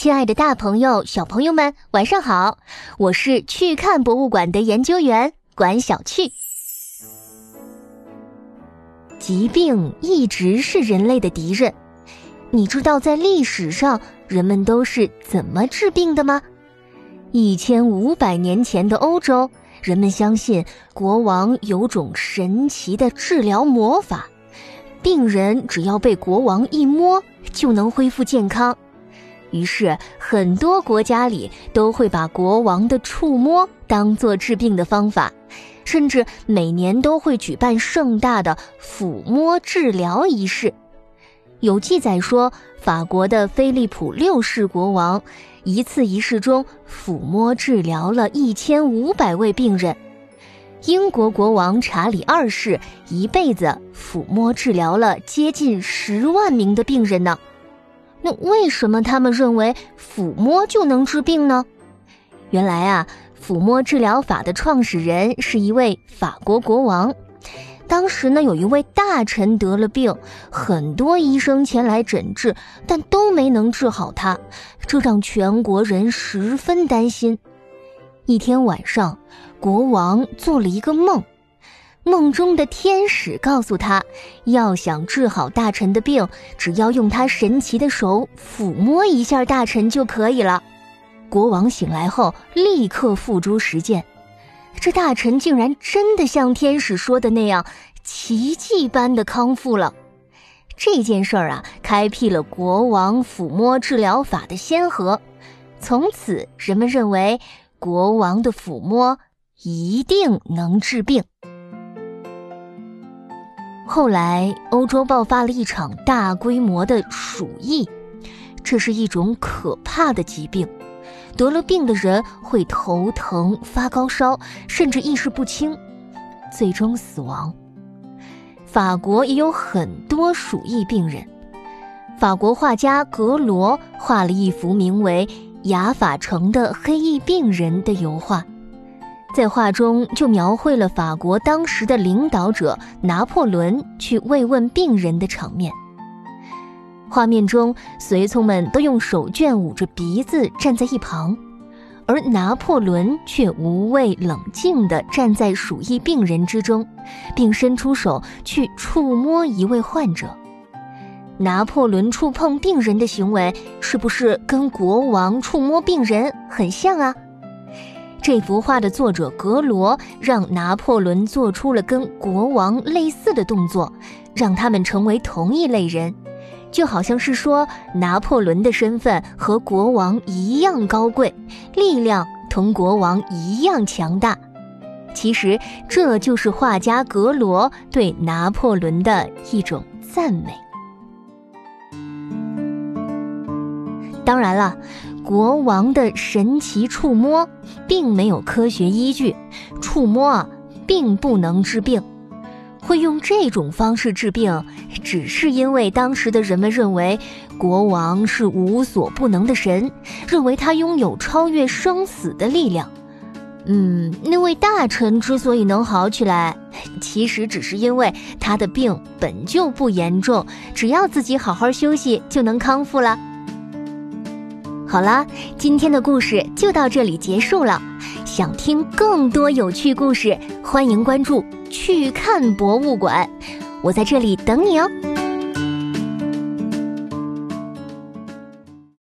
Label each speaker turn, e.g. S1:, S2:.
S1: 亲爱的大朋友、小朋友们，晚上好！我是去看博物馆的研究员管小趣。疾病一直是人类的敌人，你知道在历史上人们都是怎么治病的吗？1500年前的欧洲，人们相信国王有种神奇的治疗魔法，病人只要被国王一摸就能恢复健康。于是很多国家里都会把国王的触摸当作治病的方法，甚至每年都会举办盛大的抚摸治疗仪式。有记载说，法国的菲利普6世国王一次仪式中抚摸治疗了1500位病人。英国国王查理2世一辈子抚摸治疗了接近10万名的病人呢。那为什么他们认为抚摸就能治病呢？原来啊，抚摸治疗法的创始人是一位法国国王。当时呢，有一位大臣得了病，很多医生前来诊治，但都没能治好他，这让全国人十分担心。一天晚上，国王做了一个梦，梦中的天使告诉他，要想治好大臣的病，只要用他神奇的手抚摸一下大臣就可以了。国王醒来后立刻付诸实践，这大臣竟然真的像天使说的那样，奇迹般的康复了。这件事啊，开辟了国王抚摸治疗法的先河。从此人们认为国王的抚摸一定能治病。后来欧洲爆发了一场大规模的鼠疫，这是一种可怕的疾病，得了病的人会头疼、发高烧，甚至意识不清，最终死亡。法国也有很多鼠疫病人。法国画家格罗画了一幅名为《雅法城的黑疫病人》的油画，在画中就描绘了法国当时的领导者拿破仑去慰问病人的场面。画面中，随从们都用手绢捂着鼻子站在一旁，而拿破仑却无畏冷静地站在鼠疫病人之中，并伸出手去触摸一位患者。拿破仑触碰病人的行为，是不是跟国王触摸病人很像啊？这幅画的作者格罗让拿破仑做出了跟国王类似的动作，让他们成为同一类人，就好像是说拿破仑的身份和国王一样高贵，力量同国王一样强大。其实这就是画家格罗对拿破仑的一种赞美。当然了，国王的神奇触摸并没有科学依据，触摸啊并不能治病。会用这种方式治病，只是因为当时的人们认为国王是无所不能的神，认为他拥有超越生死的力量。那位大臣之所以能好起来，其实只是因为他的病本就不严重，只要自己好好休息就能康复了。好啦，今天的故事就到这里结束了。想听更多有趣故事，欢迎关注去看博物馆，我在这里等你哦。